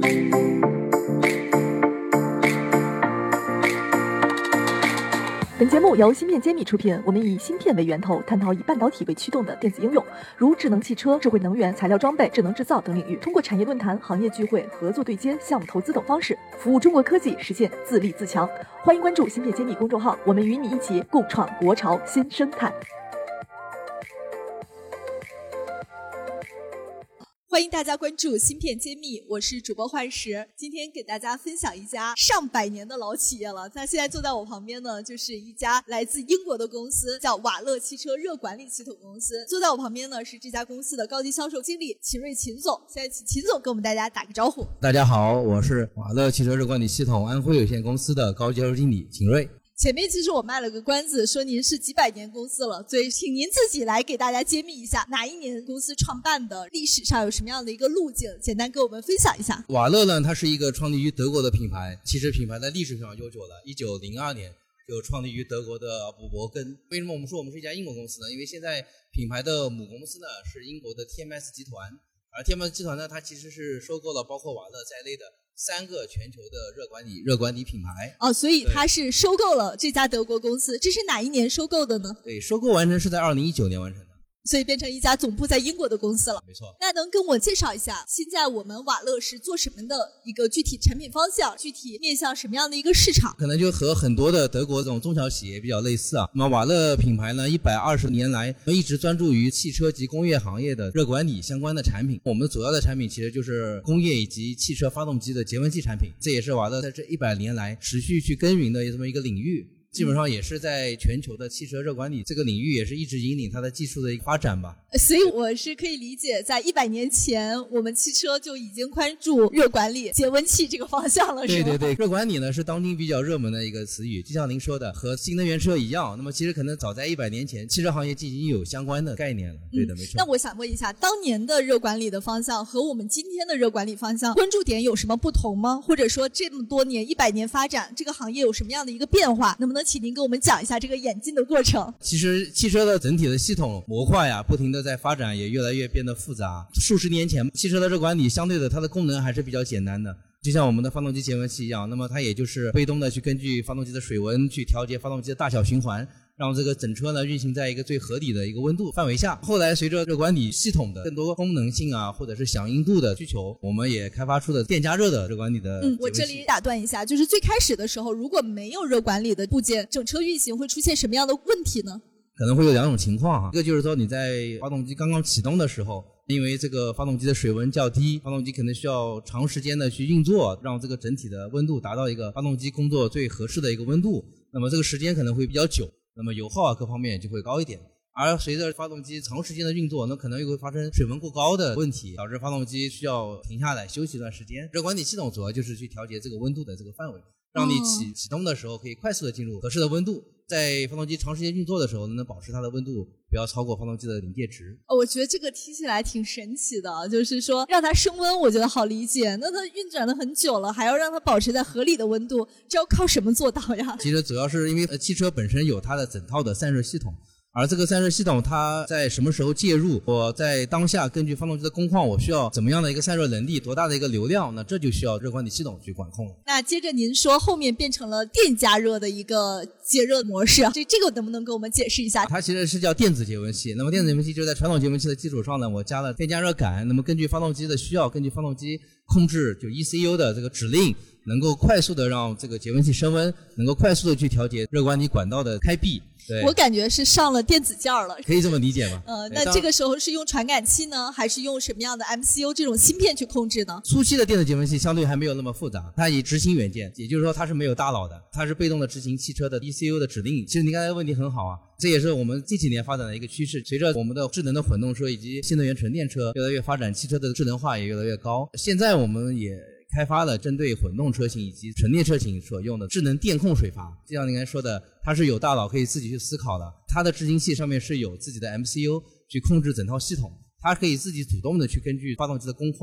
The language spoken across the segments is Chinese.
本节目由芯片揭秘出品，我们以芯片为源头，探讨以半导体为驱动的电子应用，如智能汽车、智慧能源、材料装备、智能制造等领域，通过产业论坛、行业聚会、合作对接、项目投资等方式，服务中国科技实现自立自强。欢迎关注芯片揭秘公众号，我们与你一起共创国潮新生态。 欢迎大家关注芯片揭秘，我是主播幻石。今天给大家分享一家上百年的老企业了。那现在坐在我旁边呢，就是一家来自英国的公司，叫瓦勒汽车热管理系统公司。坐在我旁边呢是这家公司的高级销售经理秦瑞秦总。现在请秦总跟我们大家打个招呼。 大家好，我是瓦勒汽车热管理系统安徽有限公司的高级销售经理秦瑞。 前面其实我卖了个关子，说您是几百年公司了，所以请您自己来给大家揭秘一下哪一年公司创办的，历史上有什么样的一个路径，简单跟我们分享一下。 瓦勒呢，它是一个创立于德国的品牌，其实品牌的历史非常悠久了，1902年就创立于德国的布伯根。为什么我们说我们是一家英国公司呢？因为现在品牌的母公司呢是英国的 TMS 集团，而 TMS 集团呢，它其实是收购了包括瓦勒在内的3个全球的热管理品牌。 所以它是收购了这家德国公司。这是哪一年收购的呢？ 对，收购完成是在2019年完成的。 所以变成一家总部在英国的公司了。 没错。 那能跟我介绍一下，现在我们瓦勒是做什么的一个具体产品方向，具体面向什么样的一个市场？ 可能就和很多的德国这种中小企业比较类似啊。那么瓦勒品牌呢，120年来一直专注于汽车及工业行业的热管理相关的产品。我们主要的产品其实就是工业以及汽车发动机的节温器产品，这也是瓦勒在这100年来持续去耕耘的这么一个领域。基本上也是在全球的汽车热管理这个领域也是一直引领它的技术的一个发展吧。 所以我是可以理解，在100年前我们汽车就已经关注热管理节温器这个方向了，是吗？ 对，热管理呢是当今比较热门的一个词语，就像您说的和新能源车一样，那么其实可能早在100年前汽车行业就已经有相关的概念了。对的，没错。 那我想问一下，当年的热管理的方向和我们今天的热管理方向关注点有什么不同吗？或者说这么多年100年发展，这个行业有什么样的一个变化？能不能请您跟我们讲一下这个演进的过程？ 其实汽车的整体的系统模块呀，不停的在发展，也越来越变得复杂。数十年前汽车的热管理相对的它的功能还是比较简单的，就像我们的发动机节温器一样，那么它也就是被动的去根据发动机的水温去调节发动机的大小循环，让这个整车呢运行在一个最合理的一个温度范围下。后来随着热管理系统的更多功能性啊，或者是响应度的需求，我们也开发出了电加热的热管理的节温器。 我这里打断一下，就是最开始的时候如果没有热管理的部件，整车运行会出现什么样的问题呢？ 可能会有2种情况一个就是说你在发动机刚刚启动的时候，因为这个发动机的水温较低，发动机可能需要长时间的去运作，让这个整体的温度达到一个发动机工作最合适的一个温度，那么这个时间可能会比较久，那么油耗啊各方面就会高一点。而随着发动机长时间的运作，那可能又会发生水温过高的问题，导致发动机需要停下来休息一段时间。热管理系统主要就是去调节这个温度的这个范围，让你启动的时候可以快速的进入合适的温度，在发动机长时间运作的时候能保持它的温度不要超过发动机的临界值。 我觉得这个听起来挺神奇的，就是说让它升温我觉得好理解，那它运转了很久了还要让它保持在合理的温度，这要靠什么做到呀？ 其实主要是因为汽车本身有它的整套的散热系统，而这个散热系统它在什么时候介入，我在当下根据发动机的工况我需要怎么样的一个散热能力，多大的一个流量，那这就需要热管理系统去管控。 那接着您说后面变成了电加热的一个节热模式，这个能不能给我们解释一下？ 它其实是叫电子节温器，那么电子节温器就是在传统节温器的基础上呢，我加了电加热杆，那么根据发动机的需要，根据发动机控制就 ECU 的这个指令，能够快速的让这个节温器升温，能够快速的去调节热管理管道的开闭。对， 我感觉是上了电子件了， 可以这么理解吗？ 那这个时候是用传感器呢，还是用什么样的 MCU 这种芯片去控制呢？ 初期的电子节温器相对还没有那么复杂，它以执行元件，也就是说它是没有大脑的，它是被动的执行汽车的 ECU 的指令。其实您刚才的问题很好啊，这也是我们这几年发展的一个趋势。随着我们的智能的混动车以及新能源纯电车越来越发展，汽车的智能化也越来越高。现在我们也开发了针对混动车型以及纯电车型所用的智能电控水阀，就像您刚才说的，它是有大脑可以自己去思考的，它的执行器上面是有自己的 MCU 去控制整套系统，它可以自己主动的去根据发动机的工况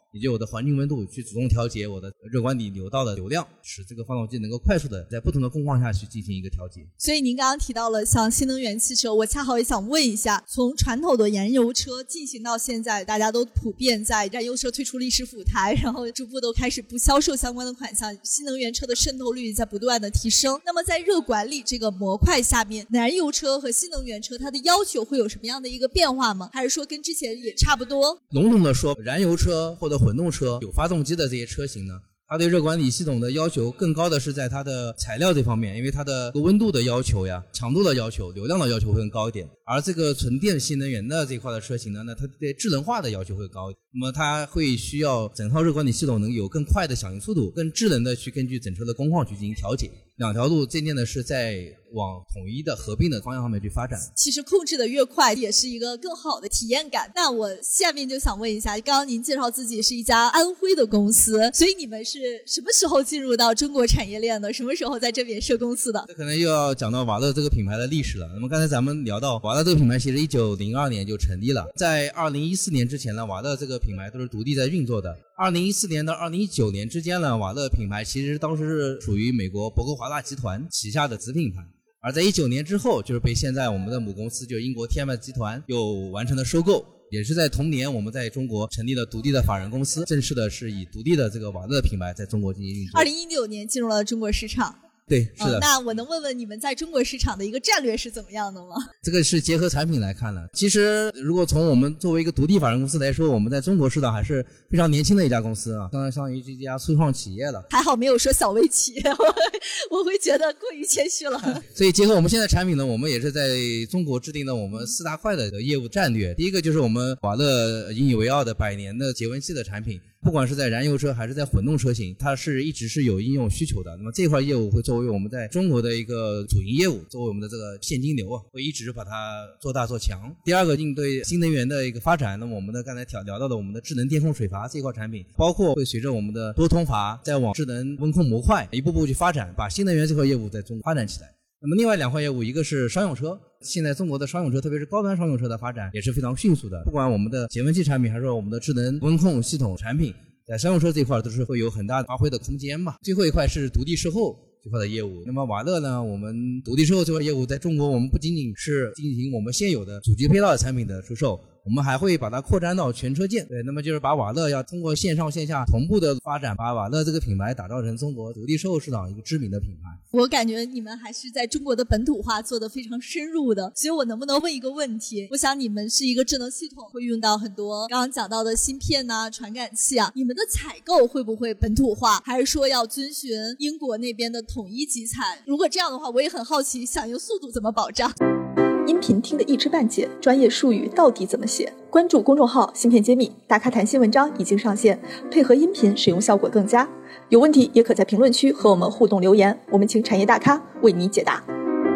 以及我的环境温度去主动调节我的热管理流道的流量，使这个发动机能够快速的在不同的工况下去进行一个调节。 所以您刚刚提到了像新能源汽车，我恰好也想问一下，从传统的燃油车进行到现在，大家都普遍在燃油车退出历史舞台，然后逐步都开始不销售相关的款项，新能源车的渗透率在不断的提升。那么在热管理这个模块下面，燃油车和新能源车它的要求会有什么样的一个变化吗？还是说跟之前也差不多？ 笼统的说，燃油车或者混动车有发动机的这些车型呢，它对热管理系统的要求更高的是在它的材料这方面，因为它的温度的要求呀、强度的要求、流量的要求会更高一点。而这个纯电新能源的这块的车型呢，那它对智能化的要求会高一点。那么它会需要整套热管理系统能有更快的响应速度，更智能的去根据整车的工况去进行调节。两条路渐渐的是在往统一的合并的方向上面去发展。 其实控制的越快也是一个更好的体验感。那我下面就想问一下，刚刚您介绍自己是一家安徽的公司，所以你们是什么时候进入到中国产业链的？什么时候在这边设公司的？ 这可能又要讲到瓦勒这个品牌的历史了。那么刚才咱们聊到瓦勒这个品牌其实1902年就成立了，在2014年之前呢，瓦勒这个品牌都是独立在运作的。2014年到2019年之间呢，瓦勒品牌其实当时是属于美国伯克华纳集团旗下的子品牌，而在19年之后就是被现在我们的母公司就是英国 TMS 集团又完成了收购。也是在同年我们在中国成立了独立的法人公司，正式的是以独立的这个瓦勒品牌在中国进行运作。 2016年进入了中国市场。 对，是的。 那我能问问你们在中国市场的一个战略是怎么样的吗？ 这个是结合产品来看的。其实如果从我们作为一个独立法人公司来说，我们在中国市场还是非常年轻的一家公司啊，相当于这家初创企业了。 还好没有说小微企业，我会觉得过于谦虚了。 所以结合我们现在产品呢，我们也是在中国制定了我们4大块的业务战略。第一个就是我们瓦勒引以为傲的100年的节温器的产品，不管是在燃油车还是在混动车型，它是一直是有应用需求的。那么这块业务会作为我们在中国的一个主营业务，作为我们的这个现金流啊，会一直把它做大做强。第二个，应对新能源的一个发展，那么我们的刚才聊到的我们的智能电控水阀这块产品，包括会随着我们的多通阀再往智能温控模块一步步去发展，把新能源这块业务在中国发展起来。那么另外2块业务，一个是商用车，现在中国的商用车，特别是高端商用车的发展也是非常迅速的，不管我们的节温器产品还是我们的智能温控系统产品，在商用车这块都是会有很大的发挥的空间吧。最后一块是独立售后这块的业务。那么瓦勒呢，我们独立售后这块业务在中国，我们不仅仅是进行我们现有的主机配套的产品的出售，我们还会把它扩展到全车件。对，那么就是把瓦勒要通过线上线下同步的发展，把瓦勒这个品牌打造成中国独立售后市场一个知名的品牌。 我感觉你们还是在中国的本土化做得非常深入的，所以我能不能问一个问题？我想你们是一个智能系统，会用到很多刚刚讲到的芯片啊、传感器啊，你们的采购会不会本土化，还是说要遵循英国那边的统一集采？如果这样的话，我也很好奇响应速度怎么保障？ 音频听得一知半解，专业术语到底怎么写？关注公众号芯片揭秘，大咖谈新文章已经上线，配合音频使用效果更佳。有问题也可在评论区和我们互动留言，我们请产业大咖为你解答。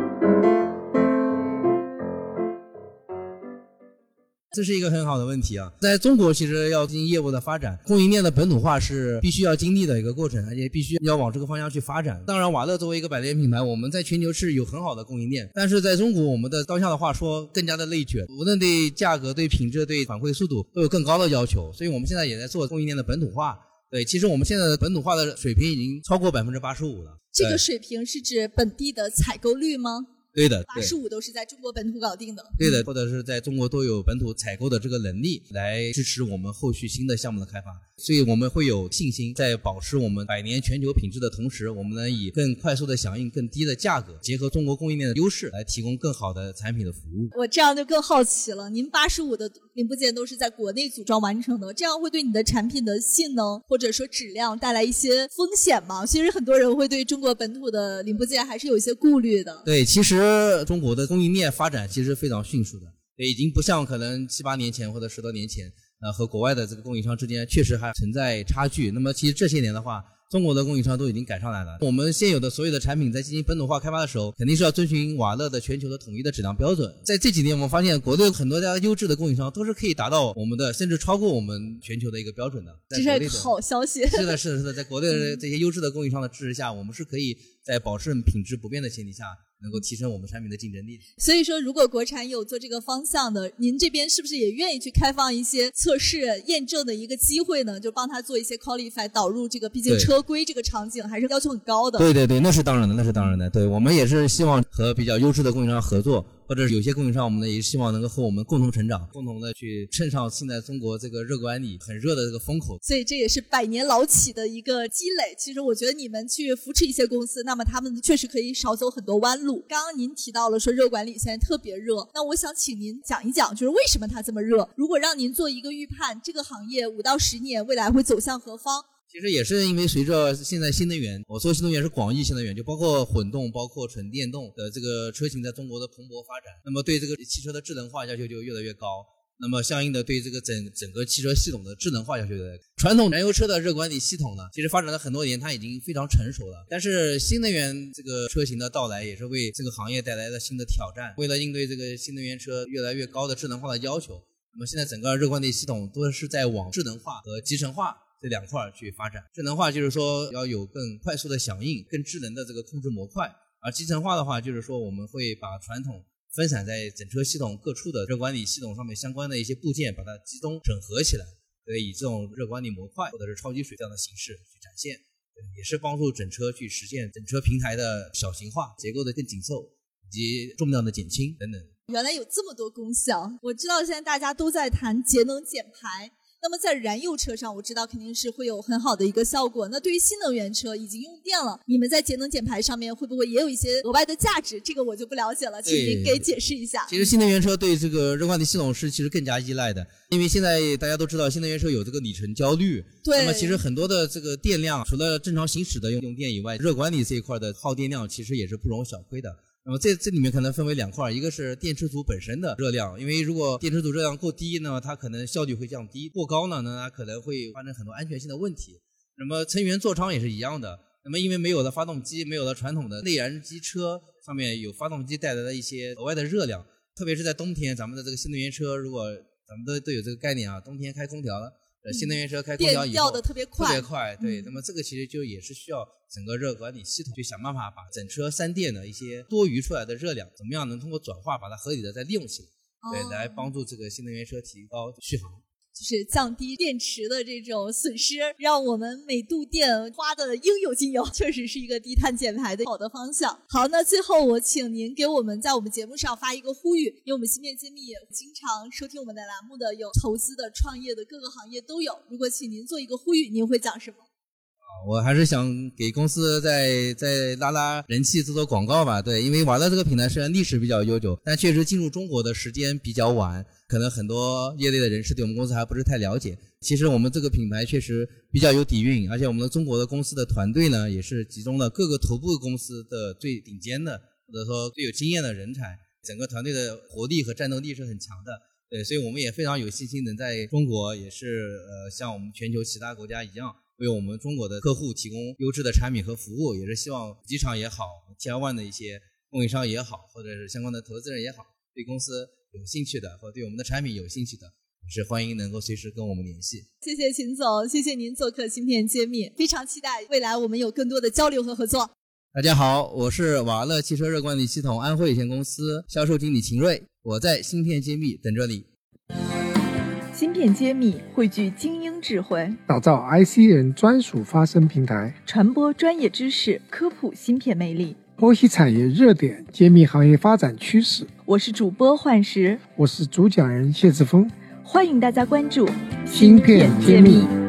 这是一个很好的问题啊！在中国其实要进行业务的发展，供应链的本土化是必须要经历的一个过程，而且必须要往这个方向去发展。当然瓦勒作为一个100年品牌，我们在全球是有很好的供应链，但是在中国我们的当下的话说更加的内卷，无论对价格、对品质、对反馈速度都有更高的要求，所以我们现在也在做供应链的本土化。对，其实我们现在的本土化的水平已经超过85%了。 这个水平是指本地的采购率吗？ 对的 ，85%都是在中国本土搞定的。 对的，或者是在中国都有本土采购的这个能力来支持我们后续新的项目的开发，所以我们会有信心在保持我们100年全球品质的同时，我们能以更快速的响应、更低的价格，结合中国供应链的优势来提供更好的产品的服务。 我这样就更好奇了，您85%的零部件都是在国内组装完成的，这样会对你的产品的性能或者说质量带来一些风险吗？其实很多人会对中国本土的零部件还是有一些顾虑的。 对，其实中国的供应链发展其实非常迅速的，已经不像可能7、8年前或者10多年前，和国外的这个供应商之间确实还存在差距。那么其实这些年的话，中国的供应商都已经赶上来了。我们现有的所有的产品在进行本土化开发的时候，肯定是要遵循瓦勒的全球的统一的质量标准。在这几年我们发现国内有很多家优质的供应商都是可以达到我们的，甚至超过我们全球的一个标准的。 这是好消息。 是的，在国内的这些优质的供应商的支持下，我们是可以在保证品质不变的前提下能够提升我们产品的竞争力。 所以说如果国产有做这个方向的，您这边是不是也愿意去开放一些测试验证的一个机会呢？就帮他做一些 qualify 导入这个，毕竟车规这个场景还是要求很高的。 对对对，那是当然的。对，我们也是希望和比较优质的供应商合作，或者有些供应商我们呢也希望能够和我们共同成长，共同的去乘上现在中国这个热管理很热的这个风口。 所以这也是百年老企的一个积累。其实我觉得你们去扶持一些公司，那么他们确实可以少走很多弯路。刚刚您提到了说热管理现在特别热，那我想请您讲一讲，就是为什么它这么热？如果让您做一个预判，这个行业5到10年未来会走向何方？ 其实也是因为随着现在新能源，我说新能源是广义新能源，就包括混动包括纯电动的这个车型在中国的蓬勃发展，那么对这个汽车的智能化要求就越来越高，那么相应的对这个整个汽车系统的智能化要求越来越高。传统燃油车的热管理系统呢，其实发展了很多年，它已经非常成熟了，但是新能源这个车型的到来也是为这个行业带来了新的挑战。为了应对这个新能源车越来越高的智能化的要求，那么现在整个热管理系统都是在往智能化和集成化这两块去发展。智能化就是说要有更快速的响应，更智能的这个控制模块，而集成化的话就是说我们会把传统分散在整车系统各处的热管理系统上面相关的一些部件把它集中整合起来，对，以这种热管理模块或者是超级水这样的形式去展现，也是帮助整车去实现整车平台的小型化，结构的更紧凑，以及重量的减轻等等。 原来有这么多功效。我知道现在大家都在谈节能减排，那么在燃油车上我知道肯定是会有很好的一个效果，那对于新能源车已经用电了，你们在节能减排上面会不会也有一些额外的价值？这个我就不了解了，请您给解释一下。 其实新能源车对这个热管理系统是其实更加依赖的，因为现在大家都知道新能源车有这个里程焦虑， 对， 那么其实很多的这个电量除了正常行驶的用电以外，热管理这一块的耗电量其实也是不容小窥的。那么这里面可能分为两块，一个是电池组本身的热量，因为如果电池组热量够低呢，它可能效率会降低；过高呢，它可能会发生很多安全性的问题。那么成员座舱也是一样的，那么因为没有了发动机，没有了传统的内燃机车上面有发动机带来的一些额外的热量，特别是在冬天，咱们的这个新能源车，如果咱们都有这个概念啊，冬天开空调了。新能源车开空调以后电掉的特别快， 对，那么这个其实就也是需要整个热管理系统去想办法把整车三电的一些多余出来的热量，怎么样能通过转化把它合理的再利用起来，对，来帮助这个新能源车提高续航。 就是降低电池的这种损失，让我们每度电花的应有尽有，确实是一个低碳减排的好的方向。好，那最后我请您给我们在我们节目上发一个呼吁，因为我们芯片揭秘也经常收听我们的栏目的有投资的、创业的，各个行业都有。如果请您做一个呼吁，您会讲什么？ 我还是想给公司再拉拉人气，做做广告吧。对，因为瓦乐这个品牌虽然历史比较悠久，但确实进入中国的时间比较晚，可能很多业内的人士对我们公司还不是太了解。其实我们这个品牌确实比较有底蕴，而且我们的中国的公司的团队呢，也是集中了各个头部公司的最顶尖的，或者说最有经验的人才，整个团队的活力和战斗力是很强的。对，所以我们也非常有信心能在中国也是像我们全球其他国家一样，为我们中国的客户提供优质的产品和服务，也是希望机场也好 Tier 1的一些供应商也好，或者是相关的投资人也好，对公司有兴趣的或对我们的产品有兴趣的，也是欢迎能够随时跟我们联系。 谢谢秦总，谢谢您做客芯片揭秘，非常期待未来我们有更多的交流和合作。 大家好，我是瓦乐汽车热管理系统安徽有限公司销售经理秦瑞，我在芯片揭秘等着你。 芯片揭秘汇聚精英智慧， 打造 IC 人专属发声平台， 传播专业知识，科普芯片魅力， 剖析产业热点，揭秘行业发展趋势。 我是主播幻石， 我是主讲人谢志峰， 欢迎大家关注芯片揭秘。